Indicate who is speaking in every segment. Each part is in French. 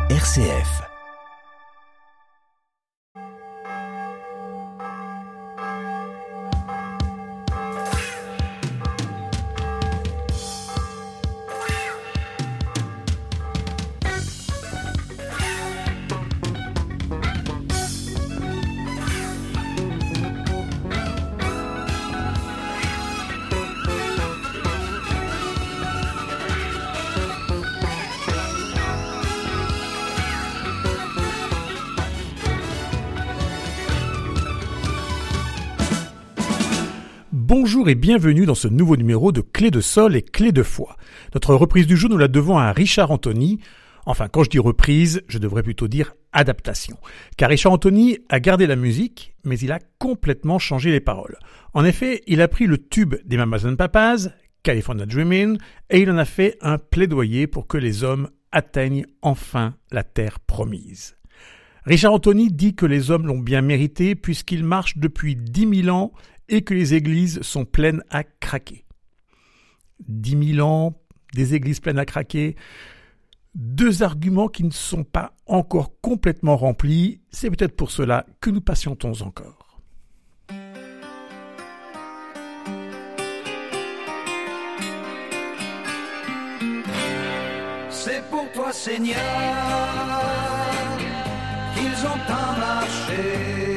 Speaker 1: RCF. Bonjour et bienvenue dans ce nouveau numéro de Clé de Sol et Clé de Foi. Notre reprise du jour, nous la devons à Richard Anthony. Enfin, quand je dis reprise, je devrais plutôt dire adaptation. Car Richard Anthony a gardé la musique, mais il a complètement changé les paroles. En effet, il a pris le tube des Mamas and Papas, California Dreamin', et il en a fait un plaidoyer pour que les hommes atteignent enfin la terre promise. Richard Anthony dit que les hommes l'ont bien mérité puisqu'ils marchent depuis 10 000 ans et que les églises sont pleines à craquer. 10 000 ans, des églises pleines à craquer, deux arguments qui ne sont pas encore complètement remplis, c'est peut-être pour cela que nous patientons encore.
Speaker 2: C'est pour toi, Seigneur, qu'ils ont tant marché.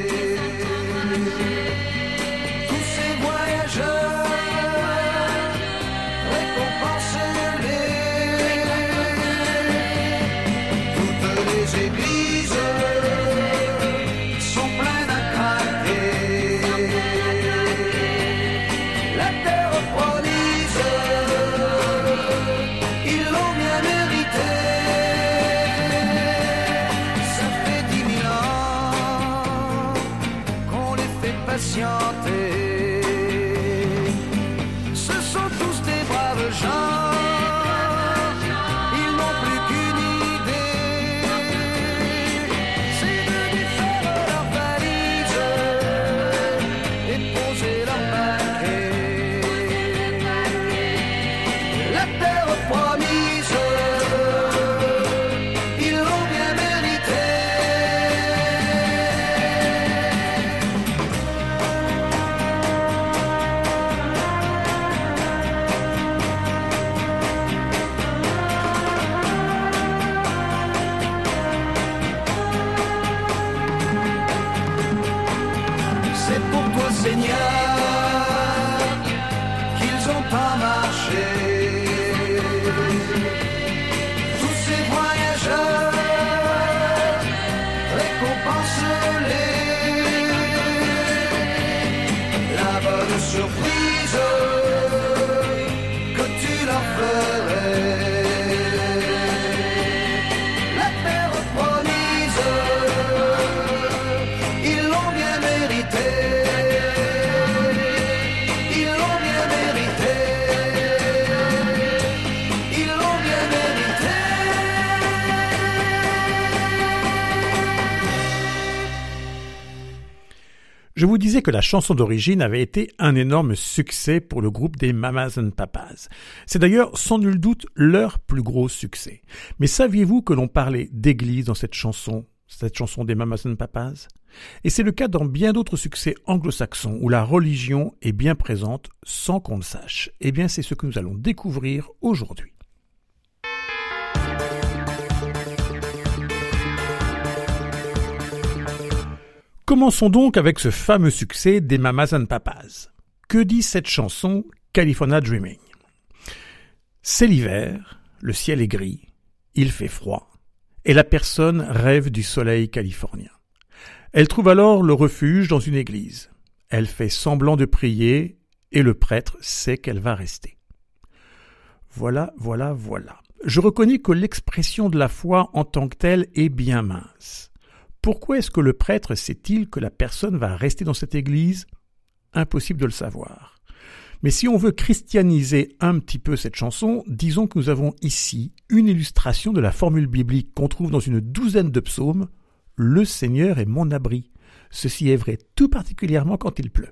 Speaker 2: Ce sont tous des braves gens, ils n'ont plus qu'une idée, c'est de défaire leurs valises et poser leur paquet. La terre promise, ils l'ont bien mérité. Seigneur, qu'ils ont pas marché. Tous ces voyageurs, récompense-les. La bonne surprise que tu leur ferais. La terre promise, ils l'ont bien mérité.
Speaker 1: Je vous disais que la chanson d'origine avait été un énorme succès pour le groupe des Mamas and Papas. C'est d'ailleurs sans nul doute leur plus gros succès. Mais saviez-vous que l'on parlait d'église dans cette chanson des Mamas and Papas? Et c'est le cas dans bien d'autres succès anglo-saxons où la religion est bien présente sans qu'on le sache. Eh bien, c'est ce que nous allons découvrir aujourd'hui. Commençons donc avec ce fameux succès des Mamas and Papas. Que dit cette chanson California Dreamin'? C'est l'hiver, le ciel est gris, il fait froid, et la personne rêve du soleil californien. Elle trouve alors le refuge dans une église. Elle fait semblant de prier, et le prêtre sait qu'elle va rester. Voilà. Je reconnais que l'expression de la foi en tant que telle est bien mince. Pourquoi est-ce que le prêtre sait-il que la personne va rester dans cette église? Impossible de le savoir. Mais si on veut christianiser un petit peu cette chanson, disons que nous avons ici une illustration de la formule biblique qu'on trouve dans une douzaine de psaumes. Le Seigneur est mon abri. Ceci est vrai tout particulièrement quand il pleut.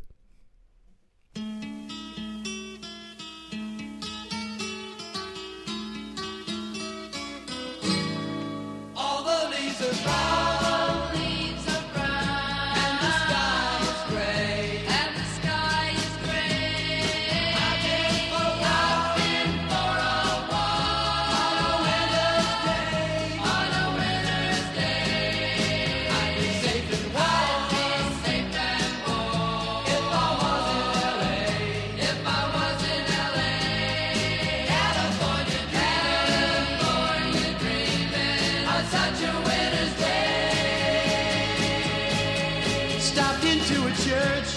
Speaker 2: All the church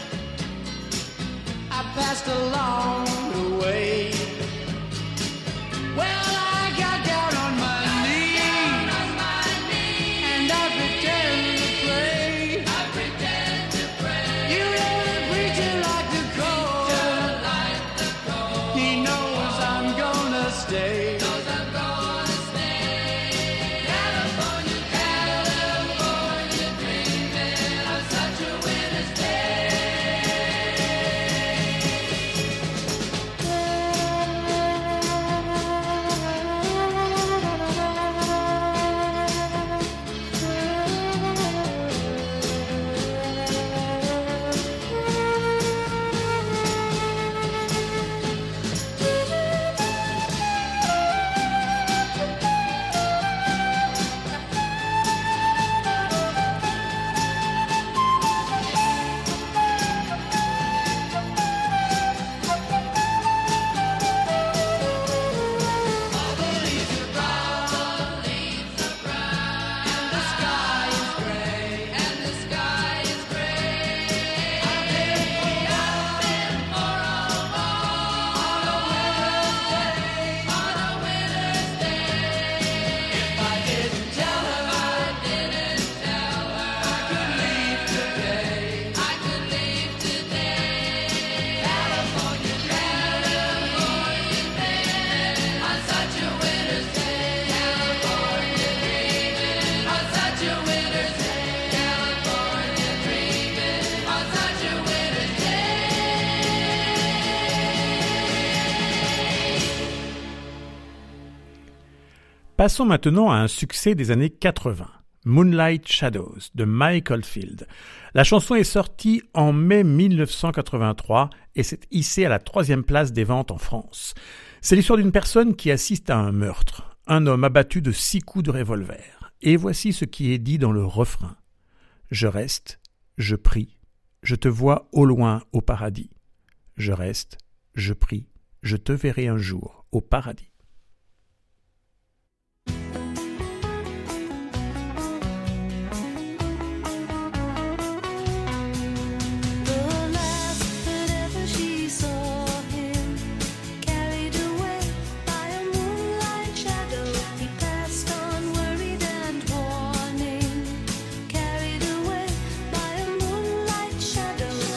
Speaker 2: I passed along the way. Well, I got down on my knees and I pretend to pray. You know the preacher like the cold. He knows I'm gonna stay.
Speaker 1: Passons maintenant à un succès des années 80, Moonlight Shadows de Mike Oldfield. La chanson est sortie en mai 1983 et s'est hissée à la 3e place des ventes en France. C'est l'histoire d'une personne qui assiste à un meurtre, un homme abattu de 6 coups de revolver. Et voici ce qui est dit dans le refrain. Je reste, je prie, je te vois au loin au paradis. Je reste, je prie, je te verrai un jour au paradis.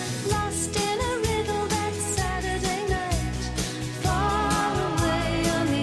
Speaker 3: Lost in a riddle that Saturday night, far away on the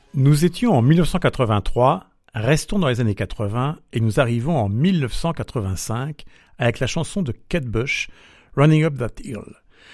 Speaker 1: Nous étions en 1983, restons dans les années 80 et nous arrivons en 1985 avec la chanson de Kate Bush, Running Up That Hill.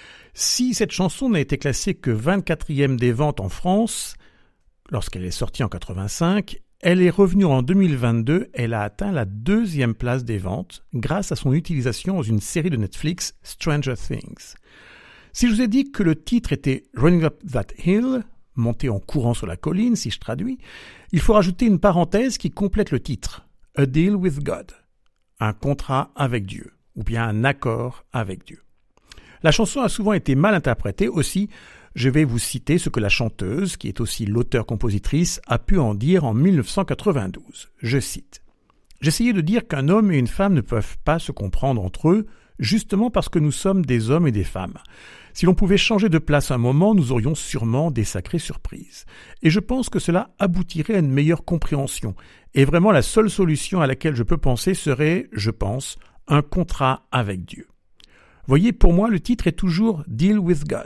Speaker 1: Si cette chanson n'a été classée que 24e des ventes en France, lorsqu'elle est sortie en 85, elle est revenue en 2022, elle a atteint la 2e place des ventes grâce à son utilisation dans une série de Netflix, Stranger Things. Si je vous ai dit que le titre était Running Up That Hill, monter en courant sur la colline, si je traduis, il faut rajouter une parenthèse qui complète le titre, A Deal with God, un contrat avec Dieu, ou bien un accord avec Dieu. La chanson a souvent été mal interprétée aussi. Je vais vous citer ce que la chanteuse, qui est aussi l'auteure-compositrice, a pu en dire en 1992. Je cite. « J'essayais de dire qu'un homme et une femme ne peuvent pas se comprendre entre eux, justement parce que nous sommes des hommes et des femmes. Si l'on pouvait changer de place un moment, nous aurions sûrement des sacrées surprises. Et je pense que cela aboutirait à une meilleure compréhension. Et vraiment la seule solution à laquelle je peux penser serait, je pense, un contrat avec Dieu. Voyez, pour moi, le titre est toujours « Deal with God ».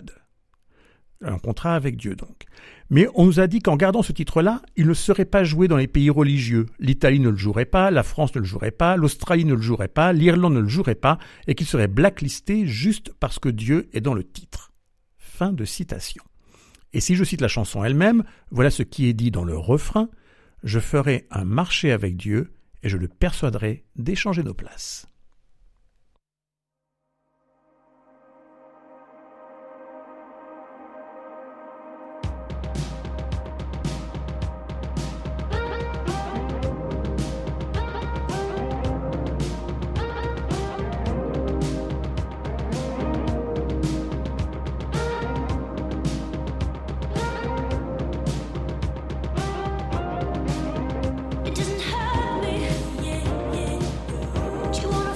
Speaker 1: Un contrat avec Dieu, donc. Mais on nous a dit qu'en gardant ce titre-là, il ne serait pas joué dans les pays religieux. L'Italie ne le jouerait pas, la France ne le jouerait pas, l'Australie ne le jouerait pas, l'Irlande ne le jouerait pas, et qu'il serait blacklisté juste parce que Dieu est dans le titre. Fin de citation. Et si je cite la chanson elle-même, voilà ce qui est dit dans le refrain. « Je ferai un marché avec Dieu et je le persuaderai d'échanger nos places. »
Speaker 3: It doesn't hurt me. Do you wanna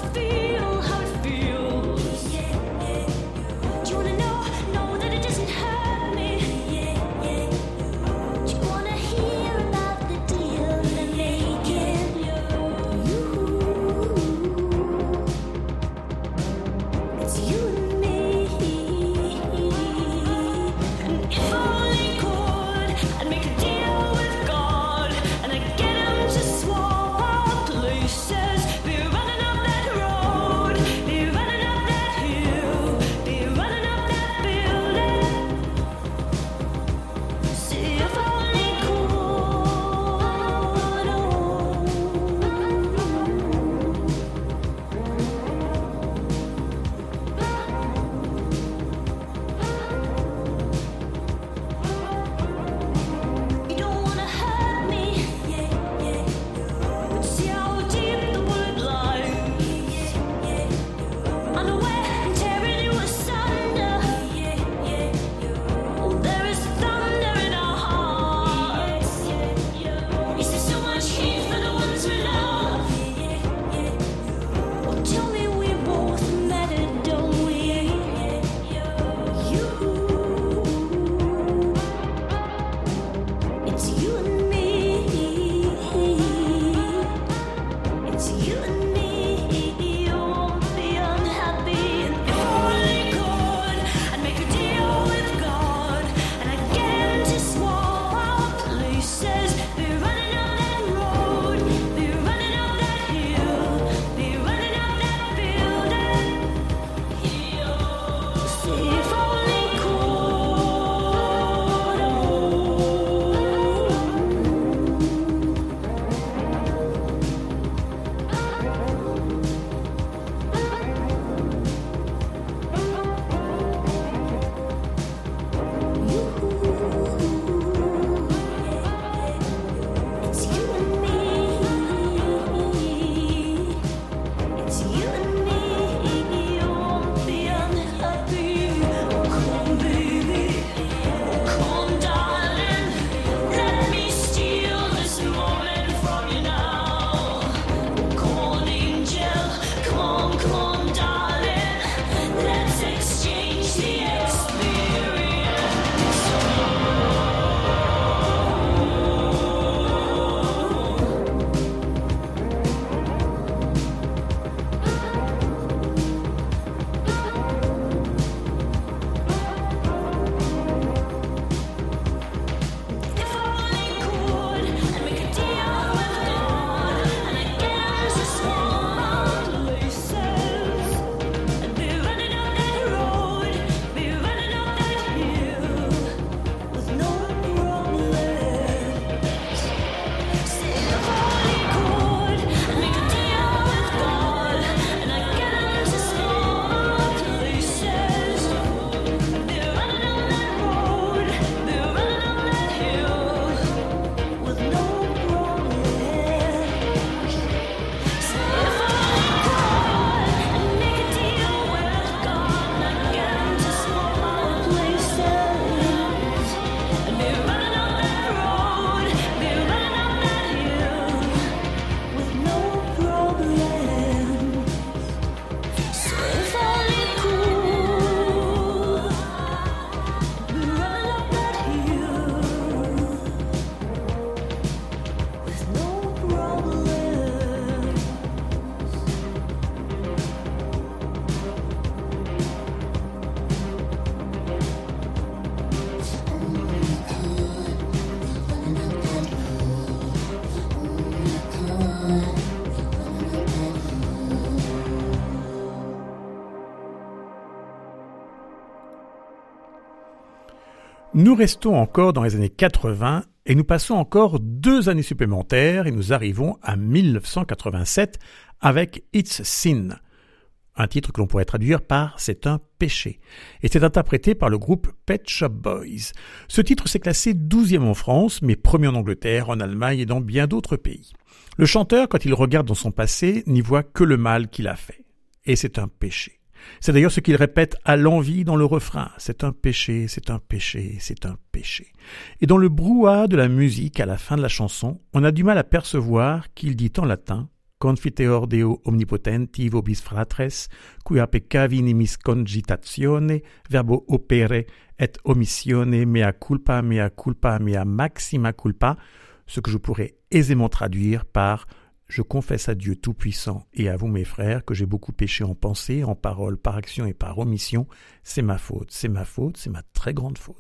Speaker 1: Nous restons encore dans les années 80 et nous passons encore 2 années supplémentaires et nous arrivons à 1987 avec It's Sin, un titre que l'on pourrait traduire par C'est un péché, et c'est interprété par le groupe Pet Shop Boys. Ce titre s'est classé 12e en France, mais premier en Angleterre, en Allemagne et dans bien d'autres pays. Le chanteur, quand il regarde dans son passé, n'y voit que le mal qu'il a fait, et c'est un péché. C'est d'ailleurs ce qu'il répète à l'envi dans le refrain. C'est un péché, c'est un péché, c'est un péché. Et dans le brouhaha de la musique, à la fin de la chanson, on a du mal à percevoir qu'il dit en latin Confiteor Deo omnipotenti vobis fratres, quia peccavi nimis cogitatione, verbo opere et omissione, mea culpa, mea maxima culpa, ce que je pourrais aisément traduire par « Je confesse à Dieu Tout-Puissant et à vous mes frères que j'ai beaucoup péché en pensée, en parole, par action et par omission. C'est ma faute, c'est ma faute, c'est ma très grande faute. »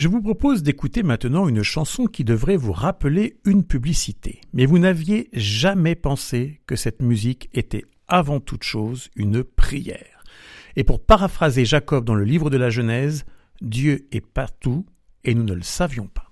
Speaker 1: Je vous propose d'écouter maintenant une chanson qui devrait vous rappeler une publicité. Mais vous n'aviez jamais pensé que cette musique était avant toute chose une prière. Et pour paraphraser Jacob dans le livre de la Genèse, Dieu est partout et nous ne le savions pas.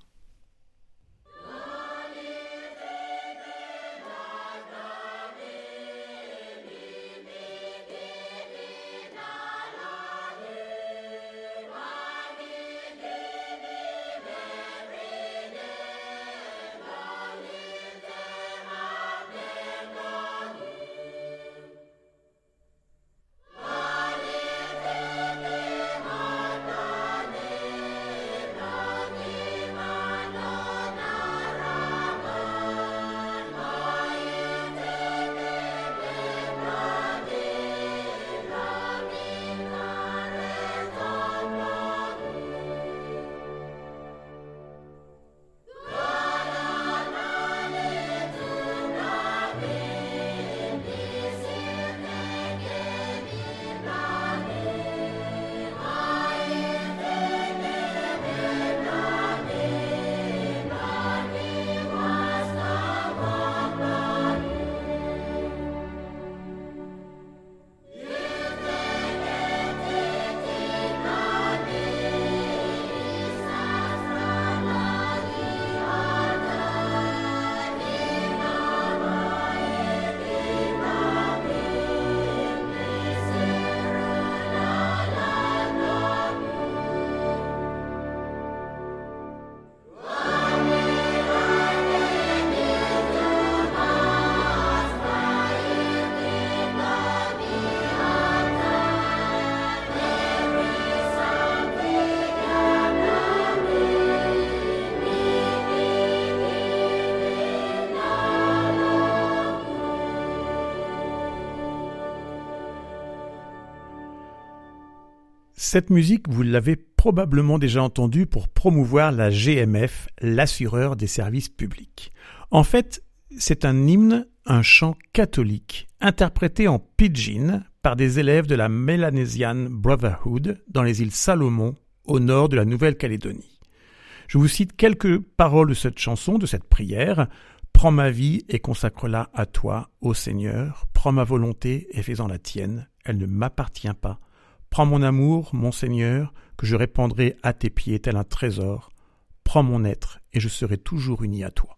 Speaker 1: Cette musique, vous l'avez probablement déjà entendue pour promouvoir la GMF, l'assureur des services publics. En fait, c'est un hymne, un chant catholique, interprété en pidgin par des élèves de la Melanesian Brotherhood dans les îles Salomon, au nord de la Nouvelle-Calédonie. Je vous cite quelques paroles de cette chanson, de cette prière. « Prends ma vie et consacre-la à toi, ô Seigneur. Prends ma volonté et fais-en la tienne. Elle ne m'appartient pas. Prends mon amour, mon Seigneur, que je répandrai à tes pieds tel un trésor. Prends mon être et je serai toujours uni à toi. »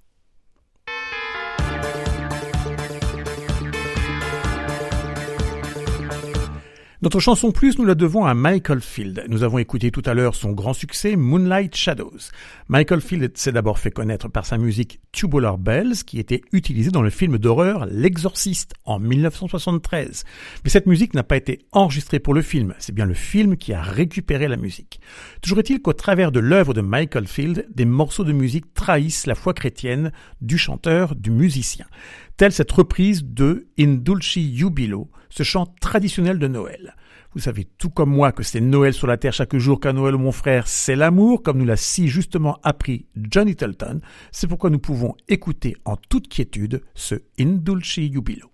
Speaker 1: Notre chanson plus, nous la devons à Michael Field. Nous avons écouté tout à l'heure son grand succès Moonlight Shadows. Michael Field s'est d'abord fait connaître par sa musique Tubular Bells, qui était utilisée dans le film d'horreur L'Exorciste en 1973. Mais cette musique n'a pas été enregistrée pour le film, c'est bien le film qui a récupéré la musique. Toujours est-il qu'au travers de l'œuvre de Michael Field, des morceaux de musique trahissent la foi chrétienne du chanteur, du musicien. Telle cette reprise de In Dulci Jubilo, ce chant traditionnel de Noël. Vous savez tout comme moi que c'est Noël sur la terre chaque jour, qu'à Noël, mon frère, c'est l'amour, comme nous l'a si justement appris John Littleton. C'est pourquoi nous pouvons écouter en toute quiétude ce In Dulci Jubilo.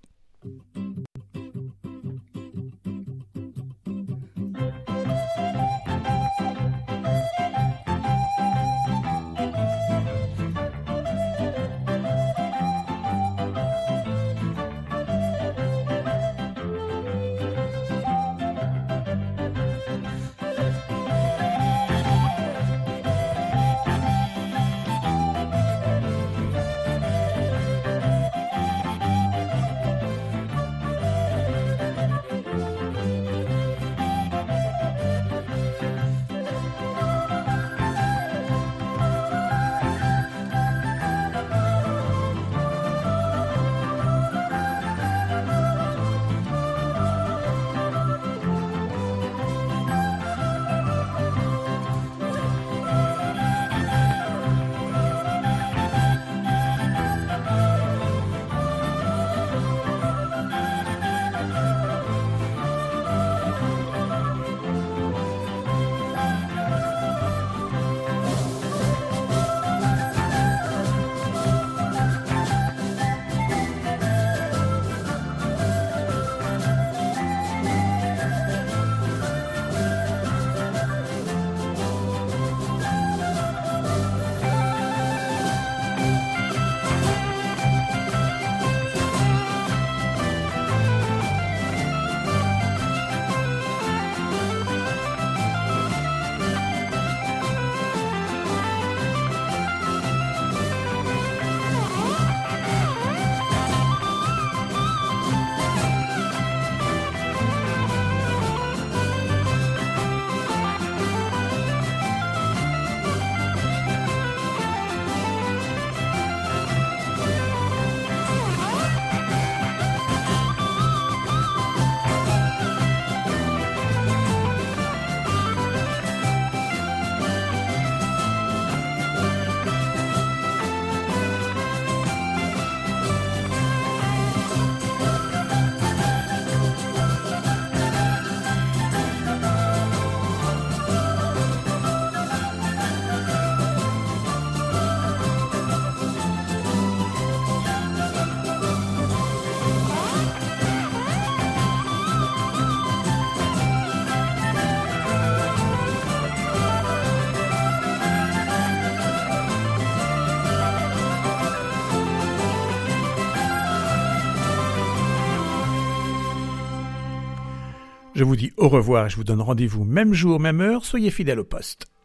Speaker 1: Je vous dis au revoir et je vous donne rendez-vous même jour, même heure. Soyez fidèles au poste.